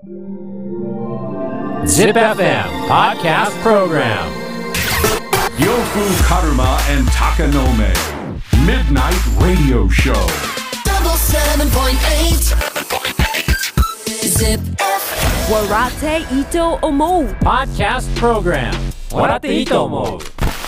Zip FM Podcast Program Yofu Karuma and Takanome Midnight Radio Show. Double 7.8 Zip FM Warate Ito Omo Podcast Program 笑っていいと思う。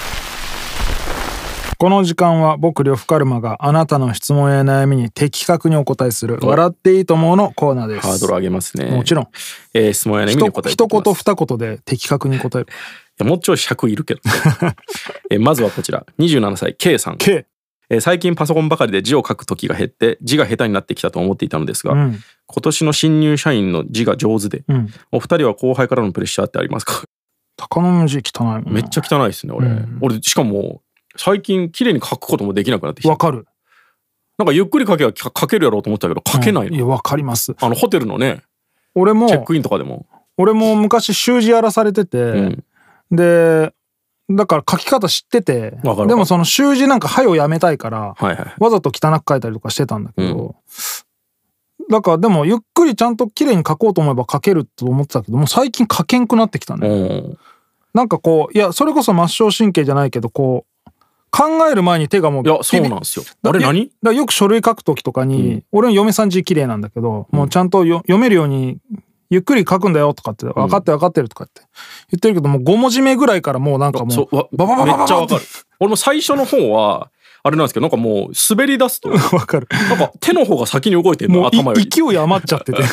この時間は僕呂布カルマがあなたの質問や悩みに的確にお答えする笑っていいと思うのコーナーです。 ハードル上げますね。 もちろん、 質問や悩みに答えていきます。 一言二言で的確に答える。 いやもうちょい尺いるけど、まずはこちら27歳 K さん。 K、 最近パソコンばかりで字を書く時が減って字が下手になってきたと思っていたのですが、今年の新入社員の字が上手で、お二人は後輩からのプレッシャーってありますか？ 高野の字汚いもんね。 めっちゃ汚いですね俺、俺しかも最近綺麗に書くこともできなくなってきた。 わかる。 なんかゆっくり書けば書けるやろうと思ったけど書けないの、 いやわかります。 ホテルのね俺もチェックインとかでも昔習字やらされてて、でだから書き方知ってて、でもその習字なんか歯をやめたいから、わざと汚く書いたりとかしてたんだけど、だからでもゆっくりちゃんと綺麗に書こうと思えば書けると思ってたけど、もう最近書けんくなってきたね。なんかこう、いやそれこそ末梢神経じゃないけど、こう考える前に手がもう、 いやそうなんですよ。あれ何？ だよく書類書く時とかに、俺の嫁さん字綺麗なんだけど、もうちゃんと読めるようにゆっくり書くんだよとかって、分かってるとかって言ってるけど、もう5文字目ぐらいからもうなんかもうババババババめっちゃわかる。俺も最初の方はあれなんですけど、なんかもう滑り出すとわかる。 なんか手の方が先に動いてるの、頭より勢い余っちゃってて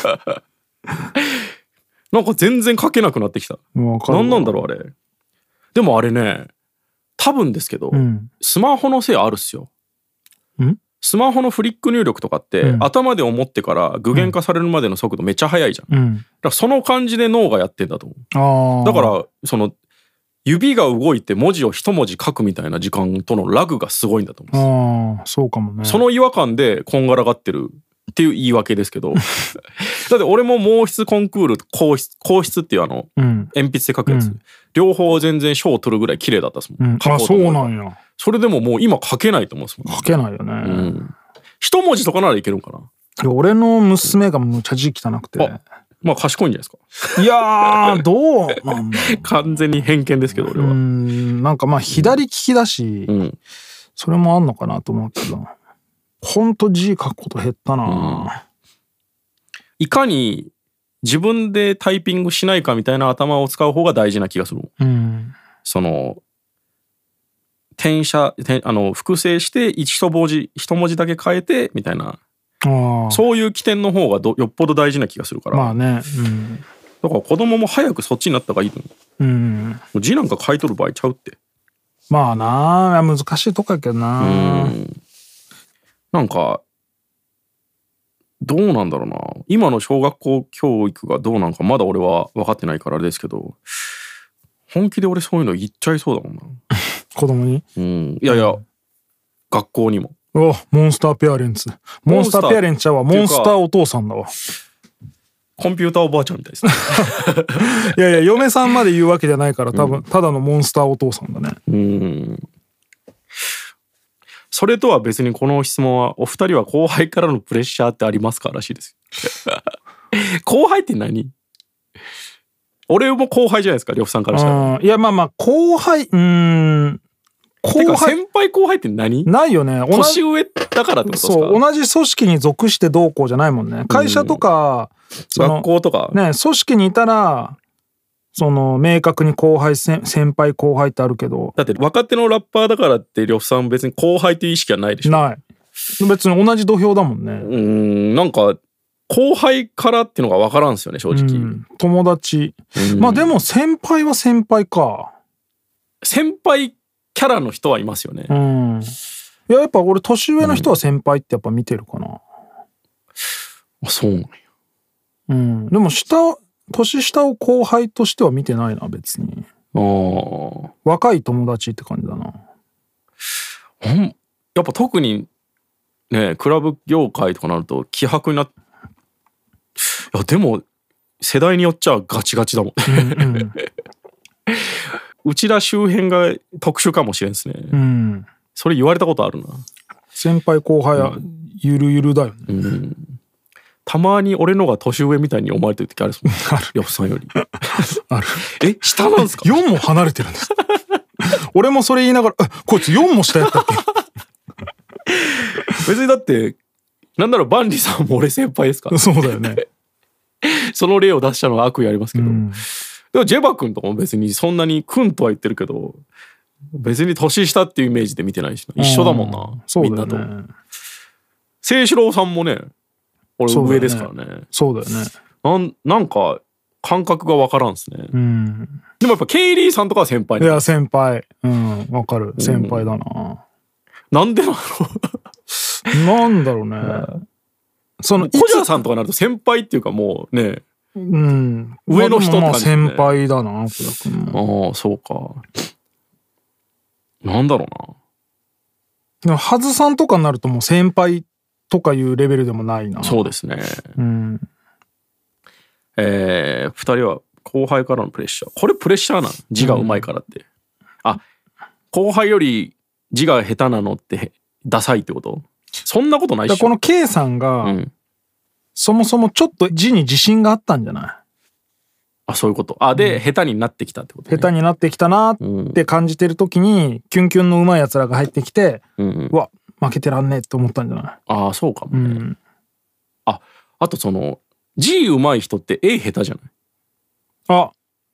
なんか全然書けなくなってきた。何なんだろうあれ。でもあれね、多分ですけど、スマホのせいあるっすよ。スマホのフリック入力とかって、頭で思ってから具現化されるまでの速度めっちゃ速いじゃん。だからその感じで脳がやってんだと思う。だからその指が動いて文字を一文字書くみたいな時間とのラグがすごいんだと思うんです。 そうかもね。 その違和感でこんがらがってるっていう言い訳ですけどだって俺も毛筆コンクール硬筆っていう鉛筆で書くやつ、両方全然賞を取るぐらい綺麗だったですもん。 そうなんや。 それでももう今書けないと思うんですもん。 書けないよね。 一文字とかならいけるんかな。 俺の娘がむちゃ字汚くて、 まあ賢いんじゃないですか。 いやーどうなんだろう完全に偏見ですけど俺は。 なんかまあ左利きだし、それもあんのかなと思うけど、ほんと字書くこと減ったな。 いかに自分でタイピングしないかみたいな頭を使う方が大事な気がする。その複製して一文字だけ変えてみたいな、そういう起点の方がよっぽど大事な気がするから。 まあね、 だから子供も早くそっちになった方がいいと思う。もう字なんか書いとる場合ちゃうって。 まあなあ、難しいとこやけどな。 なんかどうなんだろうな、今の小学校教育がどうなんかまだ俺は分かってないからあれですけど、本気で俺そういうの言っちゃいそうだもんな子供に。 いやいや学校にも。 モンスターペアレンツ。モンスターペアレンツちゃうわ、モンスターお父さんだわ。 コンピューターおばあちゃんみたいですねいやいや、嫁さんまで言うわけじゃないから、多分ただのモンスターお父さんだね。 それとは別にこの質問は、お二人は後輩からのプレッシャーってありますからしいです後輩って何？俺も後輩じゃないですか、呂布さんからしたら。 いやまあまあ後輩、 てか先輩後輩って何？ ないよね。 年上だからってことですか？ そう、同じ組織に属してどうこうじゃないもんね。会社とか学校とかね、組織にいたらその明確に後輩先輩後輩ってあるけど、 だって若手のラッパーだからって呂布さん別に後輩という意識はないでしょ。 ない。別に同じ土俵だもんね。 なんか後輩からっていうのが分からんすよね正直。 友達。まあでも先輩は先輩か。 先輩キャラの人はいますよね。 いややっぱ俺年上の人は先輩ってやっぱ見てるかな。 そうなんや。 でも年下を後輩としては見てないな別に。若い友達って感じだな。 やっぱ特にねクラブ業界とかなると希薄になって、いやでも世代によっちゃガチガチだもんうちら周辺が特殊かもしれんですね。それ言われたことあるな。 先輩後輩はゆるゆるだよね。 たまに俺のが年上みたいに思われてる時あるもん。呂布さんより。 ある。 下なんですか？ 4 も離れてるんです。俺もそれ言いながら、こいつ4も下やったっけ？ 別にだってなんだろう、万里さんも俺先輩ですから。 そうだよね。 その例を出したのは悪意ありますけど、でもジェバ君とかも別にそんなに君とは言ってるけど、別に年下っていうイメージで見てないし、一緒だもんな、みんなと。清志郎さんもね、俺上ですからね。 そうだよね。 なんか感覚が分からんですね。でもやっぱケイリーさんとかは先輩。 いや先輩、分かる、先輩だな。 なんでなの？ なんだろうね。 その小寺さんとかなると先輩っていうかもうね、上の人って感じですね。 先輩だな、小田君も。 ああ、そうか。なんだろうな。 でもはずさんとかになるともう先輩とかいうレベルでもないな。 そうですね。2人は後輩からのプレッシャー。これプレッシャーなの？字がうまいからって。後輩より字が下手なのってダサいってこと？そんなことないっしょ。 この K さんが、そもそもちょっと字に自信があったんじゃない？ そういうこと。で、下手になってきたってことね。 下手になってきたなって感じてる時に、キュンキュンのうまいやつらが入ってきて、うわ、負けてらんねえって思ったんじゃない？ そうかもね。あとその、字うまい人って絵下手じゃない？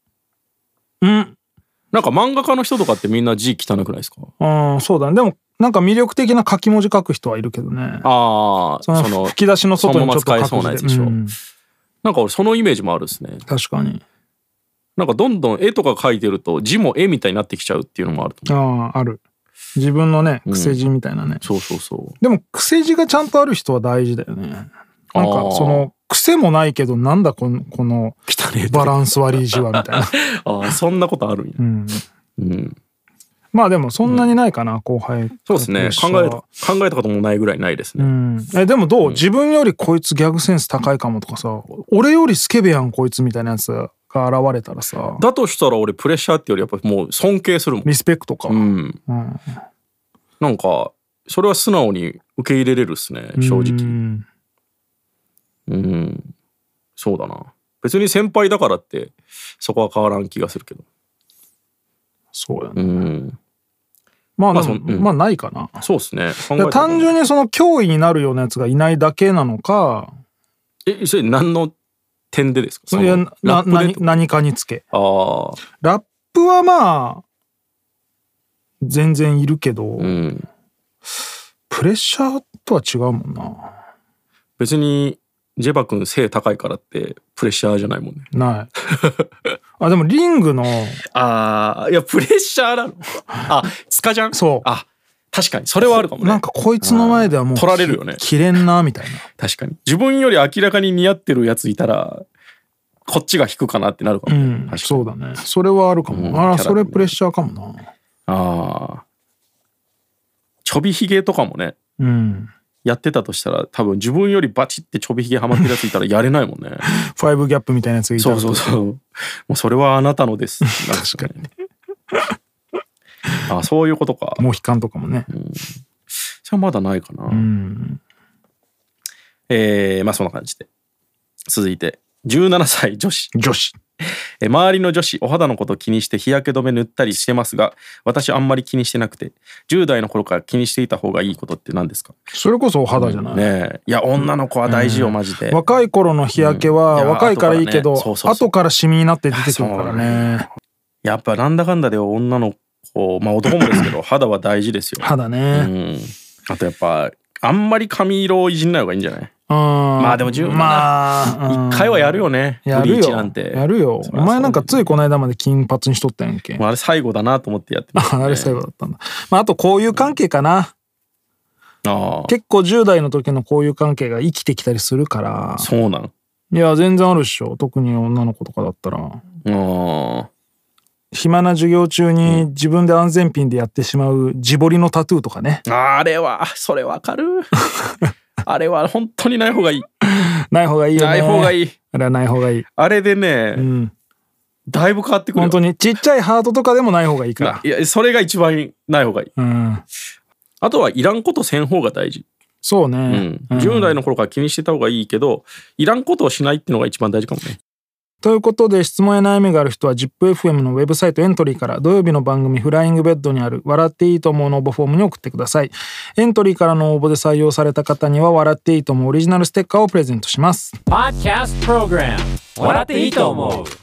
なんか漫画家の人とかってみんな字汚くないですか？ そうだね。でもなんか魅力的な書き文字書く人はいるけどね。 その吹き出しの外にちょっと書くそうなやつでしょ。なんか俺そのイメージもあるですね。 確かに。 なんかどんどん絵とか描いてると字も絵みたいになってきちゃうっていうのもあると思う。 ある。自分のね、癖字みたいなね。 そうそうそう。 でも癖字がちゃんとある人は大事だよね。なんかその癖もないけどなんだこのバランス悪い字はみたいな。そんなことあるんや。 まあでもそんなにないかな、後輩。 そうですね。考えたこともないぐらいないですね。 でもどう？自分よりこいつギャグセンス高いかもとかさ、俺よりスケベやんこいつみたいなやつが現れたらさ。 だとしたら俺プレッシャーってよりやっぱもう尊敬するもん。 リスペクトか。 なんかそれは素直に受け入れれるっすね、正直。そうだな。別に先輩だからってそこは変わらん気がするけど。 そうやね。まあでも、まあないかな。 そうですね。 単純にその脅威になるようなやつがいないだけなのか。 それ何の点でですか？ 何かにつけ。ラップはまあ全然いるけど、プレッシャーとは違うもんな。 別にジェバ君背高いからってプレッシャーじゃないもんね。 ない。でもリングのいやプレッシャーなの。スカジャン？そう。確かにそれはあるかもね。 なんかこいつの前ではもう取られるよね。 切れんなみたいな。 確かに自分より明らかに似合ってるやついたらこっちが引くかなってなるかもね。 そうだね。それはあるかも。それプレッシャーかもな。 ちょびひげとかもね。やってたとしたら多分自分よりバチってちょびひげはまってるやついたらやれないもんね。 5ギャップみたいなやつがいたら。 そうもうそれはあなたのです。確かにそういうことか。 モヒカンとかもね。 それはまだないかな。まあそんな感じで続いて17歳女子。周りの女子お肌のこと気にして日焼け止め塗ったりしてますが、私あんまり気にしてなくて、10代の頃から気にしていた方がいいことって何ですか？ それこそお肌じゃない？ いや女の子は大事よ、マジで。 若い頃の日焼けは若いからいいけど、後からシミになって出てくるからね。 やっぱなんだかんだで女の子、まあ男もですけど肌は大事ですよ。 肌ね。 あとやっぱあんまり髪色をいじんない方がいいんじゃない？まあでも十分な。一回はやるよね。ブリーチなんて。 やるよ。お前なんかついこの間まで金髪にしとったやんけ。 あれ最後だなと思ってやってあれ最後だったんだ。あと交友関係かな。結構10代の時の交友関係が生きてきたりするから。 そうなの？ いや全然あるっしょ。特に女の子とかだったら。暇な授業中に自分で安全ピンでやってしまう自彫りのタトゥーとかね。 あれはそれわかる。あれは本当にない方がいい。 ない方がいいよね。 ない方がいい。 あれはない方がいい。 あれでね、だいぶ変わってくるよ。 本当にちっちゃいハートとかでもない方がいいから。 いやそれが一番ない方がいい。あとはいらんことせん方が大事。 そうね、 10代の頃から気にしてた方がいいけど、いらんことをしないっていうのが一番大事かもね。 ということで、質問や悩みがある人は ZIPFM のウェブサイトエントリーから土曜日の番組フライングベッドにある笑っていいと思うの応募フォームに送ってください。エントリーからの応募で採用された方には笑っていいと思うオリジナルステッカーをプレゼントします。 Podcast Program 笑っていいと思う。